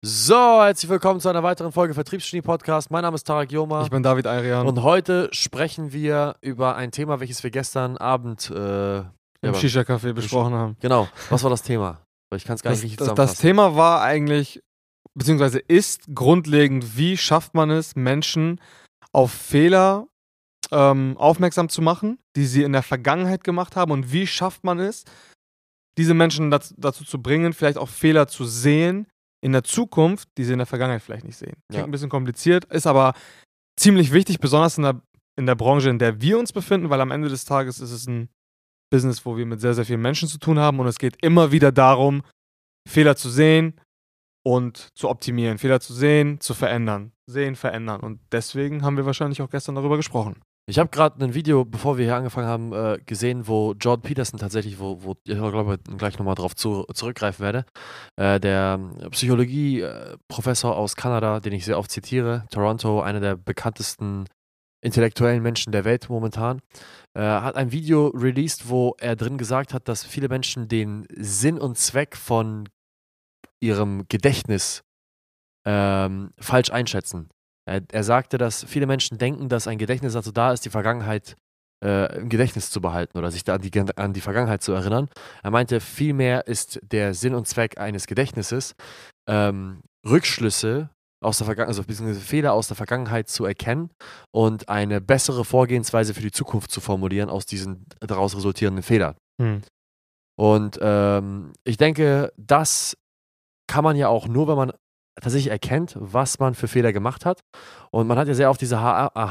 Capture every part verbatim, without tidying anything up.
So, herzlich willkommen zu einer weiteren Folge Vertriebsgenie-Podcast. Mein Name ist Tarek Joma. Ich bin David Ayrian. Und heute sprechen wir über ein Thema, welches wir gestern Abend äh, im ja, Shisha-Café besprochen haben. Genau. Was war das Thema? Ich kann es gar das, nicht richtig das, zusammenfassen. das Thema war eigentlich, beziehungsweise ist grundlegend, wie schafft man es, Menschen auf Fehler ähm, aufmerksam zu machen, die sie in der Vergangenheit gemacht haben, und wie schafft man es, diese Menschen dazu, dazu zu bringen, vielleicht auch Fehler zu sehen in der Zukunft, die sie in der Vergangenheit vielleicht nicht sehen. Klingt Ja. ein bisschen kompliziert, ist aber ziemlich wichtig, besonders in der, in der Branche, in der wir uns befinden, weil am Ende des Tages ist es ein Business, wo wir mit sehr, sehr vielen Menschen zu tun haben, und es geht immer wieder darum, Fehler zu sehen und zu optimieren, Fehler zu sehen, zu verändern, sehen, verändern, und deswegen haben wir wahrscheinlich auch gestern darüber gesprochen. Ich habe gerade ein Video, bevor wir hier angefangen haben, äh, gesehen, wo Jordan Peterson tatsächlich, wo, wo ich glaube ich gleich nochmal drauf zu, zurückgreifen werde, äh, der Psychologie-Professor aus Kanada, den ich sehr oft zitiere, Toronto, einer der bekanntesten intellektuellen Menschen der Welt momentan, äh, hat ein Video released, wo er drin gesagt hat, dass viele Menschen den Sinn und Zweck von ihrem Gedächtnis ähm, falsch einschätzen. Er, er sagte, dass viele Menschen denken, dass ein Gedächtnis dazu da ist, die Vergangenheit äh, im Gedächtnis zu behalten oder sich da an die, an die Vergangenheit zu erinnern. Er meinte, vielmehr ist der Sinn und Zweck eines Gedächtnisses, ähm, Rückschlüsse aus der Vergangenheit, also beziehungsweise Fehler aus der Vergangenheit zu erkennen und eine bessere Vorgehensweise für die Zukunft zu formulieren aus diesen daraus resultierenden Fehlern. Hm. Und ähm, ich denke, das kann man ja auch nur, wenn man tatsächlich erkennt, was man für Fehler gemacht hat. Und man hat ja sehr oft diese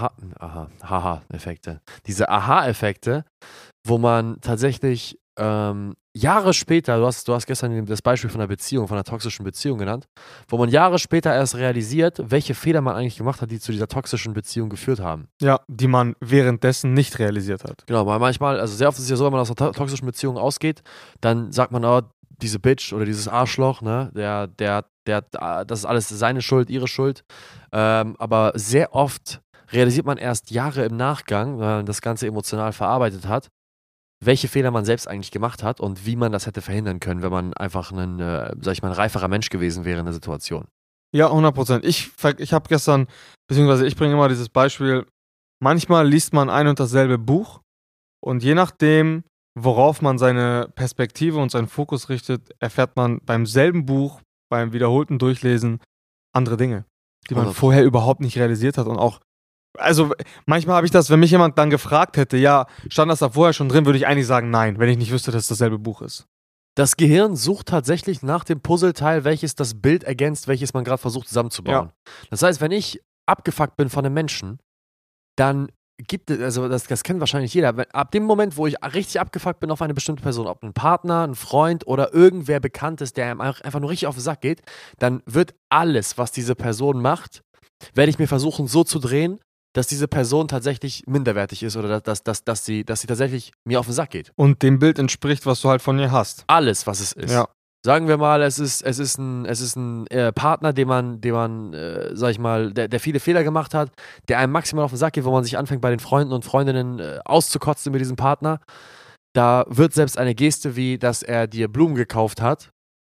Aha-Effekte, diese Aha-Effekte, wo man tatsächlich ähm, Jahre später, du hast, du hast gestern das Beispiel von einer Beziehung, von einer toxischen Beziehung genannt, wo man Jahre später erst realisiert, welche Fehler man eigentlich gemacht hat, die zu dieser toxischen Beziehung geführt haben. Ja, die man währenddessen nicht realisiert hat. Genau, weil manchmal, also sehr oft ist es ja so, wenn man aus einer to- toxischen Beziehung ausgeht, dann sagt man, oh, diese Bitch oder dieses Arschloch, ne, der, der, der, das ist alles seine Schuld, ihre Schuld. Ähm, aber sehr oft realisiert man erst Jahre im Nachgang, wenn man das Ganze emotional verarbeitet hat, welche Fehler man selbst eigentlich gemacht hat und wie man das hätte verhindern können, wenn man einfach ein, äh, sag ich mal, ein reiferer Mensch gewesen wäre in der Situation. Ja, hundert Prozent. Ich, ich habe gestern, beziehungsweise ich bringe immer dieses Beispiel, manchmal liest man ein und dasselbe Buch, und je nachdem, worauf man seine Perspektive und seinen Fokus richtet, erfährt man beim selben Buch, beim wiederholten Durchlesen andere Dinge, die man Also, vorher überhaupt nicht realisiert hat. Und auch, also manchmal habe ich das, wenn mich jemand dann gefragt hätte, ja, stand das da vorher schon drin, würde ich eigentlich sagen, nein, wenn ich nicht wüsste, dass es dasselbe Buch ist. das Gehirn sucht tatsächlich nach dem Puzzleteil, welches das Bild ergänzt, welches man gerade versucht zusammenzubauen. Ja. Das heißt, wenn ich abgefuckt bin von einem Menschen, dann gibt es, also das, das kennt wahrscheinlich jeder, wenn, ab dem Moment, wo ich richtig abgefuckt bin auf eine bestimmte Person, ob ein Partner, ein Freund oder irgendwer Bekanntes, der einem einfach nur richtig auf den Sack geht, dann wird alles, was diese Person macht, werde ich mir versuchen so zu drehen, dass diese Person tatsächlich minderwertig ist oder dass, dass, dass, sie, dass sie tatsächlich mir auf den Sack geht. Und dem Bild entspricht, was du halt von ihr hast. Alles, was es ist. Ja. Sagen wir mal, es ist, es ist ein, es ist ein äh, Partner, den man, den man äh, sag ich mal, der, der viele Fehler gemacht hat, der einem maximal auf den Sack geht, wo man sich anfängt, bei den Freunden und Freundinnen äh, auszukotzen mit diesem Partner. Da wird selbst eine Geste wie, dass er dir Blumen gekauft hat,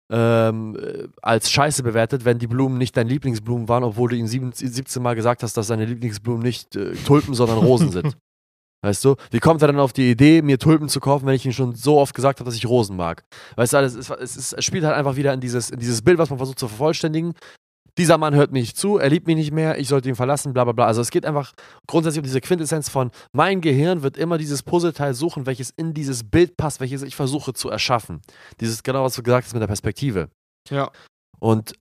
ähm, äh, als Scheiße bewertet, wenn die Blumen nicht deine Lieblingsblumen waren, obwohl du ihm sieben, siebzehn Mal gesagt hast, dass seine Lieblingsblumen nicht äh, Tulpen, sondern Rosen sind. Weißt du? Wie kommt er dann auf die Idee, mir Tulpen zu kaufen, wenn ich ihm schon so oft gesagt habe, dass ich Rosen mag? Weißt du, es, ist, es, ist, es spielt halt einfach wieder in dieses, in dieses Bild, was man versucht zu vervollständigen. Dieser Mann hört mir nicht zu, er liebt mich nicht mehr, ich sollte ihn verlassen, bla bla bla. Also es geht einfach grundsätzlich um diese Quintessenz von, mein Gehirn wird immer dieses Puzzleteil suchen, welches in dieses Bild passt, welches ich versuche zu erschaffen. Dieses, genau was du gesagt hast mit der Perspektive. Ja. Und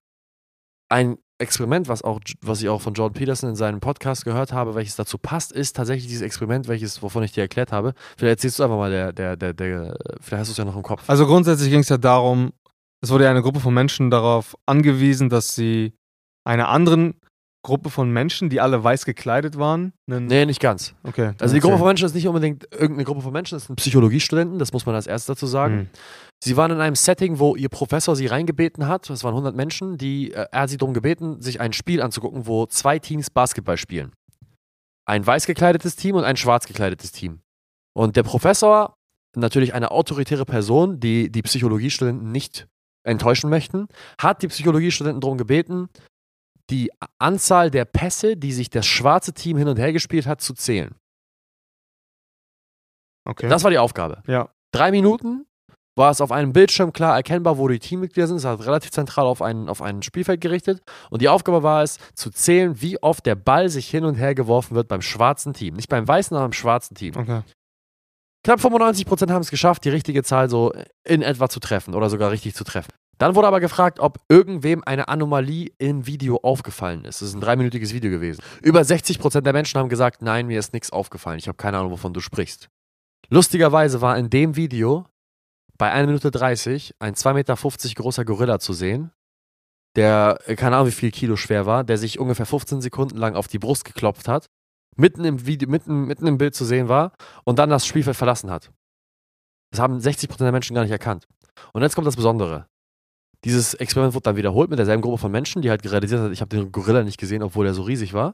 ein Experiment, was, auch, was ich auch von Jordan Peterson in seinem Podcast gehört habe, welches dazu passt, ist tatsächlich dieses Experiment, welches, wovon ich dir erklärt habe. Vielleicht erzählst du einfach mal, der, der, der, der, vielleicht hast du es ja noch im Kopf. Also grundsätzlich ging es ja darum, es wurde ja eine Gruppe von Menschen darauf angewiesen, dass sie einer anderen Gruppe von Menschen, die alle weiß gekleidet waren. Nee, nicht ganz. Okay. Also die Gruppe von Menschen ist nicht unbedingt irgendeine Gruppe von Menschen, das sind Psychologiestudenten, das muss man als erstes dazu sagen. Mhm. Sie waren in einem Setting, wo ihr Professor sie reingebeten hat, das waren hundert Menschen, die, äh, er hat sie darum gebeten, sich ein Spiel anzugucken, wo zwei Teams Basketball spielen. Ein weiß gekleidetes Team und ein schwarz gekleidetes Team. Und der Professor, natürlich eine autoritäre Person, die die Psychologiestudenten nicht enttäuschen möchten, hat die Psychologiestudenten darum gebeten, die Anzahl der Pässe, die sich das schwarze Team hin und her gespielt hat, zu zählen. Okay. Das war die Aufgabe. Ja. Drei Minuten war es auf einem Bildschirm klar erkennbar, wo die Teammitglieder sind. Es hat relativ zentral auf ein, auf ein Spielfeld gerichtet. Und die Aufgabe war es, zu zählen, wie oft der Ball sich hin und her geworfen wird beim schwarzen Team. Nicht beim weißen, sondern beim schwarzen Team. Okay. Knapp fünfundneunzig Prozent haben es geschafft, die richtige Zahl so in etwa zu treffen oder sogar richtig zu treffen. Dann wurde aber gefragt, ob irgendwem eine Anomalie im Video aufgefallen ist. Das ist ein dreiminütiges Video gewesen. Über sechzig Prozent der Menschen haben gesagt, nein, mir ist nichts aufgefallen. Ich habe keine Ahnung, wovon du sprichst. Lustigerweise war in dem Video bei einer Minute dreißig ein zwei Meter fünfzig großer Gorilla zu sehen, der, keine Ahnung wie viel Kilo schwer war, der sich ungefähr fünfzehn Sekunden lang auf die Brust geklopft hat, mitten im Video, mitten, mitten im Bild zu sehen war und dann das Spielfeld verlassen hat. Das haben sechzig Prozent der Menschen gar nicht erkannt. Und jetzt kommt das Besondere. Dieses Experiment wurde dann wiederholt mit derselben Gruppe von Menschen, die halt realisiert hat, ich habe den Gorilla nicht gesehen, obwohl er so riesig war.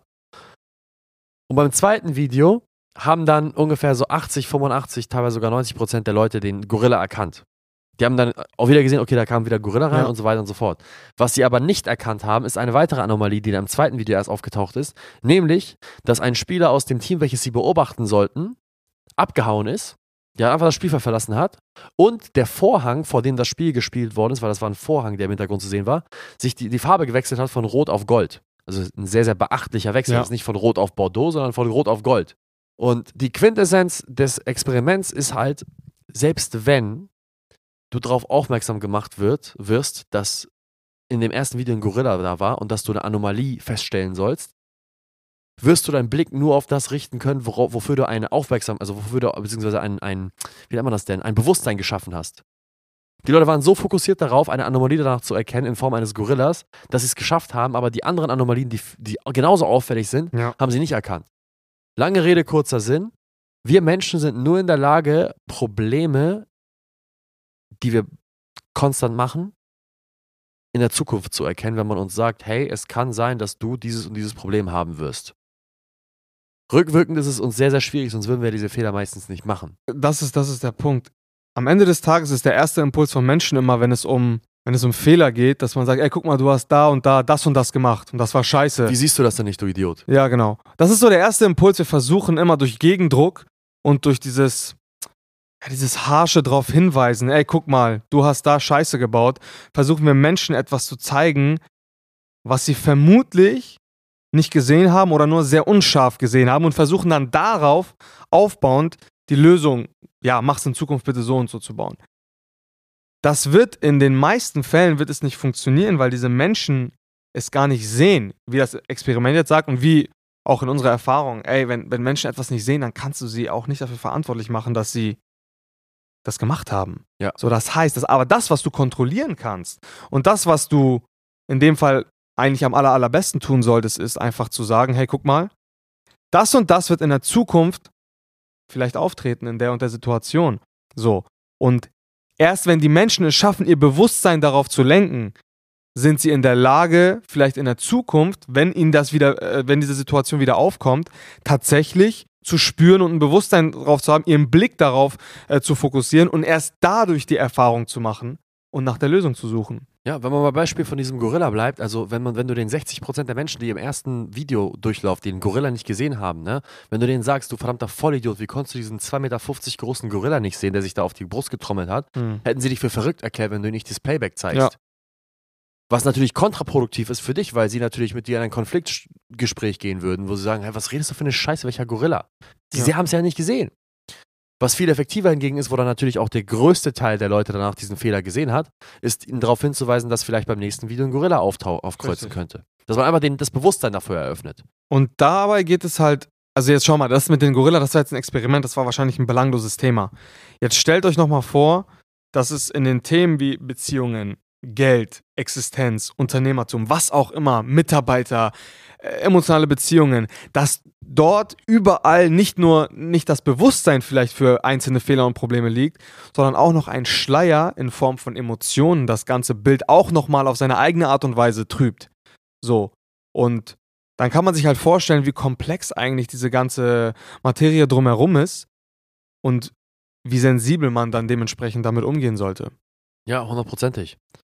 Und beim zweiten Video haben dann ungefähr so achtzig, fünfundachtzig, teilweise sogar neunzig Prozent der Leute den Gorilla erkannt. Die haben dann auch wieder gesehen, okay, da kam wieder Gorilla rein Ja. und so weiter und so fort. Was sie aber nicht erkannt haben, ist eine weitere Anomalie, die dann im zweiten Video erst aufgetaucht ist, nämlich, dass ein Spieler aus dem Team, welches sie beobachten sollten, abgehauen ist, der einfach das Spielfeld verlassen hat und der Vorhang, vor dem das Spiel gespielt worden ist, weil das war ein Vorhang, der im Hintergrund zu sehen war, sich die, die Farbe gewechselt hat von Rot auf Gold. Also ein sehr, sehr beachtlicher Wechsel. Ja. Das ist nicht von Rot auf Bordeaux, sondern von Rot auf Gold. Und die Quintessenz des Experiments ist halt, selbst wenn du darauf aufmerksam gemacht wird, wirst, dass in dem ersten Video ein Gorilla da war und dass du eine Anomalie feststellen sollst, wirst du deinen Blick nur auf das richten können, worauf, wofür du eine Aufmerksam, also wofür du, beziehungsweise ein, ein, wie nennt man das denn, ein Bewusstsein geschaffen hast. Die Leute waren so fokussiert darauf, eine Anomalie danach zu erkennen in Form eines Gorillas, dass sie es geschafft haben, aber die anderen Anomalien, die, die genauso auffällig sind, Ja. haben sie nicht erkannt. Lange Rede, kurzer Sinn. Wir Menschen sind nur in der Lage, Probleme, die wir konstant machen, in der Zukunft zu erkennen, wenn man uns sagt, hey, es kann sein, dass du dieses und dieses Problem haben wirst. Rückwirkend ist es uns sehr, sehr schwierig, sonst würden wir diese Fehler meistens nicht machen. Das ist, das ist der Punkt. Am Ende des Tages ist der erste Impuls von Menschen immer, wenn es um, wenn es um Fehler geht, dass man sagt, ey, guck mal, du hast da und da das und das gemacht und das war scheiße. Wie siehst du das denn nicht, du Idiot? Ja, genau. Das ist so der erste Impuls. Wir versuchen immer durch Gegendruck und durch dieses, ja, dieses harsche drauf hinweisen, ey, guck mal, du hast da Scheiße gebaut, versuchen wir Menschen etwas zu zeigen, was sie vermutlich nicht gesehen haben oder nur sehr unscharf gesehen haben und versuchen dann darauf aufbauend die Lösung, ja, mach's in Zukunft bitte so und so zu bauen. Das wird in den meisten Fällen wird es nicht funktionieren, weil diese Menschen es gar nicht sehen, wie das Experiment jetzt sagt und wie auch in unserer Erfahrung, ey, wenn, wenn Menschen etwas nicht sehen, dann kannst du sie auch nicht dafür verantwortlich machen, dass sie das gemacht haben. Ja. So, das heißt, dass aber das, was du kontrollieren kannst und das, was du in dem Fall eigentlich am aller, allerbesten tun solltest, ist einfach zu sagen, hey, guck mal, das und das wird in der Zukunft vielleicht auftreten in der und der Situation. So. Und erst wenn die Menschen es schaffen, ihr Bewusstsein darauf zu lenken, sind sie in der Lage, vielleicht in der Zukunft, wenn ihnen das wieder, äh, wenn diese Situation wieder aufkommt, tatsächlich zu spüren und ein Bewusstsein darauf zu haben, ihren Blick darauf äh, zu fokussieren und erst dadurch die Erfahrung zu machen und nach der Lösung zu suchen. Ja, wenn man mal Beispiel von diesem Gorilla bleibt, also wenn man, wenn du den sechzig Prozent der Menschen, die im ersten Videodurchlauf den Gorilla nicht gesehen haben, ne, wenn du denen sagst, du verdammter Vollidiot, wie konntest du diesen zwei Meter fünfzig großen Gorilla nicht sehen, der sich da auf die Brust getrommelt hat, Hm. hätten sie dich für verrückt erklärt, wenn du nicht das Playback zeigst. Ja. Was natürlich kontraproduktiv ist für dich, weil sie natürlich mit dir in ein Konfliktgespräch gehen würden, wo sie sagen, hey, was redest du für eine Scheiße, welcher Gorilla? Sie, Ja. sie haben es ja nicht gesehen. Was viel effektiver hingegen ist, wo dann natürlich auch der größte Teil der Leute danach diesen Fehler gesehen hat, ist ihnen darauf hinzuweisen, dass vielleicht beim nächsten Video ein Gorilla auftau- aufkreuzen Richtig. könnte. Dass man einfach den, das Bewusstsein dafür eröffnet. Und dabei geht es halt, also jetzt schau mal, das mit den Gorilla, das war jetzt ein Experiment, das war wahrscheinlich ein belangloses Thema. Jetzt stellt euch nochmal vor, dass es in den Themen wie Beziehungen, Geld, Existenz, Unternehmertum, was auch immer, Mitarbeiter, äh, emotionale Beziehungen, dass dort überall nicht nur nicht das Bewusstsein vielleicht für einzelne Fehler und Probleme liegt, sondern auch noch ein Schleier in Form von Emotionen das ganze Bild auch nochmal auf seine eigene Art und Weise trübt. So. Und dann kann man sich halt vorstellen, wie komplex eigentlich diese ganze Materie drumherum ist und wie sensibel man dann dementsprechend damit umgehen sollte. Ja, hundertprozentig.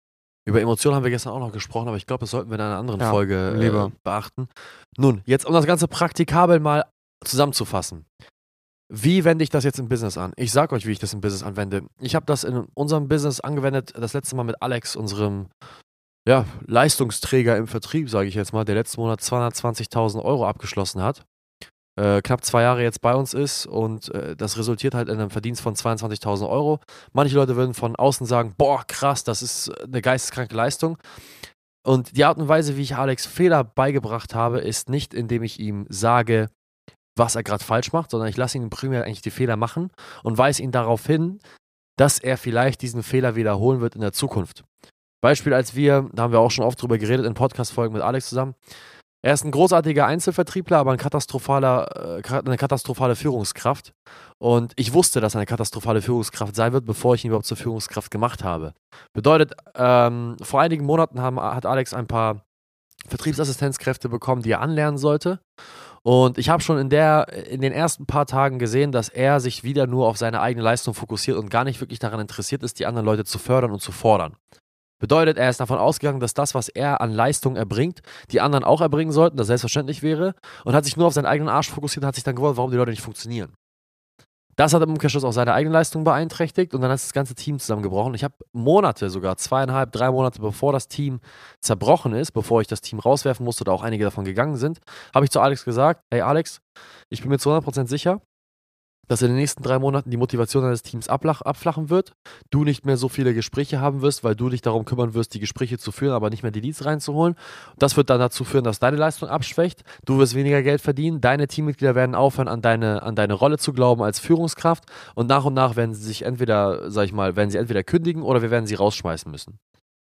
Über Emotionen haben wir gestern auch noch gesprochen, aber ich glaube, das sollten wir in einer anderen Ja, Folge lieber. äh, beachten. Nun, jetzt um das Ganze praktikabel mal zusammenzufassen. Wie wende ich das jetzt im Business an? Ich sag euch, wie ich das im Business anwende. Ich habe das in unserem Business angewendet, das letzte Mal mit Alex, unserem ja, Leistungsträger im Vertrieb, sage ich jetzt mal, der letzten Monat zweihundertzwanzigtausend Euro abgeschlossen hat. Äh, knapp zwei Jahre jetzt bei uns ist und äh, das resultiert halt in einem Verdienst von zweiundzwanzigtausend Euro. Manche Leute würden von außen sagen, boah, krass, das ist eine geisteskranke Leistung. Und die Art und Weise, wie ich Alex Fehler beigebracht habe, ist nicht, indem ich ihm sage, was er gerade falsch macht, sondern ich lasse ihn primär eigentlich die Fehler machen und weise ihn darauf hin, dass er vielleicht diesen Fehler wiederholen wird in der Zukunft. Beispiel, als wir, da haben wir auch schon oft drüber geredet, in Podcast-Folgen mit Alex zusammen. Er ist ein großartiger Einzelvertriebler, aber ein katastrophaler, äh, eine katastrophale Führungskraft. Und ich wusste, dass er eine katastrophale Führungskraft sein wird, bevor ich ihn überhaupt zur Führungskraft gemacht habe. Bedeutet, ähm, vor einigen Monaten haben, hat Alex ein paar Vertriebsassistenzkräfte bekommen, die er anlernen sollte. Und ich habe schon in, der, in den ersten paar Tagen gesehen, dass er sich wieder nur auf seine eigene Leistung fokussiert und gar nicht wirklich daran interessiert ist, die anderen Leute zu fördern und zu fordern. Bedeutet, er ist davon ausgegangen, dass das, was er an Leistung erbringt, die anderen auch erbringen sollten, das selbstverständlich wäre, und hat sich nur auf seinen eigenen Arsch fokussiert und hat sich dann gewundert, warum die Leute nicht funktionieren. Das hat im Umkehrschluss auch seine eigene Leistung beeinträchtigt und dann ist das ganze Team zusammengebrochen. Ich habe Monate, sogar zweieinhalb, drei Monate, bevor das Team zerbrochen ist, bevor ich das Team rauswerfen musste oder auch einige davon gegangen sind, habe ich zu Alex gesagt, hey Alex, ich bin mir zu hundert Prozent sicher, dass in den nächsten drei Monaten die Motivation deines Teams ablach, abflachen wird, du nicht mehr so viele Gespräche haben wirst, weil du dich darum kümmern wirst, die Gespräche zu führen, aber nicht mehr die Leads reinzuholen. Das wird dann dazu führen, dass deine Leistung abschwächt, du wirst weniger Geld verdienen, deine Teammitglieder werden aufhören, an deine, an deine Rolle zu glauben als Führungskraft und nach und nach werden sie sich entweder, sag ich mal, werden sie entweder kündigen oder wir werden sie rausschmeißen müssen.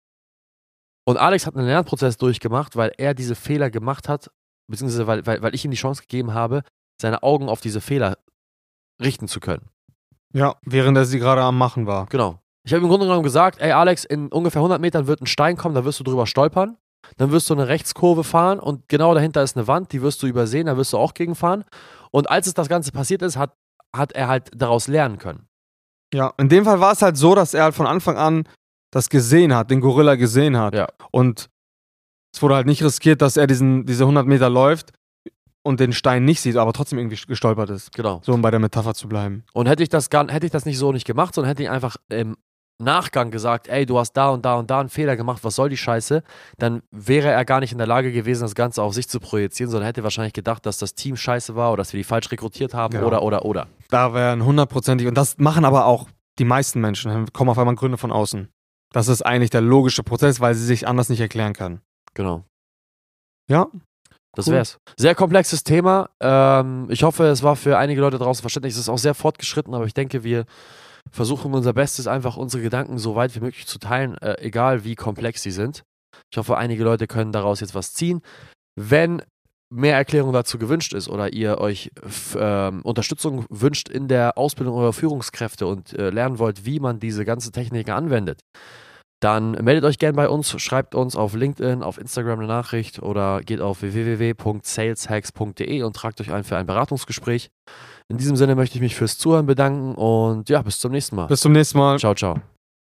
Und Alex hat einen Lernprozess durchgemacht, weil er diese Fehler gemacht hat, beziehungsweise weil, weil, weil ich ihm die Chance gegeben habe, seine Augen auf diese Fehler richten zu können. Ja, während er sie gerade am Machen war. Genau. Ich habe im Grunde genommen gesagt, ey Alex, in ungefähr hundert Metern wird ein Stein kommen, da wirst du drüber stolpern, dann wirst du eine Rechtskurve fahren und genau dahinter ist eine Wand, die wirst du übersehen, da wirst du auch gegenfahren. Und als es das Ganze passiert ist, hat, hat er halt daraus lernen können. Ja, in dem Fall war es halt so, dass er halt von Anfang an das gesehen hat, den Gorilla gesehen hat. Ja. Und es wurde halt nicht riskiert, dass er diesen, diese hundert Meter läuft und den Stein nicht sieht, aber trotzdem irgendwie gestolpert ist. Genau. So, um bei der Metapher zu bleiben. Und hätte ich das gar, hätte ich das nicht so nicht gemacht, sondern hätte ich einfach im Nachgang gesagt, ey, du hast da und da und da einen Fehler gemacht, was soll die Scheiße, dann wäre er gar nicht in der Lage gewesen, das Ganze auf sich zu projizieren, sondern hätte wahrscheinlich gedacht, dass das Team scheiße war oder dass wir die falsch rekrutiert haben Genau. oder, oder, oder. Da wären hundertprozentig, und das machen aber auch die meisten Menschen, dann kommen auf einmal Gründe von außen. Das ist eigentlich der logische Prozess, weil sie sich anders nicht erklären können. Genau. Ja. Das Cool. wär's. Sehr komplexes Thema. Ähm, ich hoffe, es war für einige Leute draußen verständlich. Es ist auch sehr fortgeschritten, aber ich denke, wir versuchen unser Bestes, einfach unsere Gedanken so weit wie möglich zu teilen, äh, egal wie komplex sie sind. Ich hoffe, einige Leute können daraus jetzt was ziehen. Wenn mehr Erklärung dazu gewünscht ist oder ihr euch f- ähm, Unterstützung wünscht in der Ausbildung eurer Führungskräfte und äh, lernen wollt, wie man diese ganzen Techniken anwendet, dann meldet euch gerne bei uns, schreibt uns auf LinkedIn, auf Instagram eine Nachricht oder geht auf w w w punkt saleshacks punkt d e und tragt euch ein für ein Beratungsgespräch. In diesem Sinne möchte ich mich fürs Zuhören bedanken und ja, bis zum nächsten Mal. Bis zum nächsten Mal. Ciao, ciao.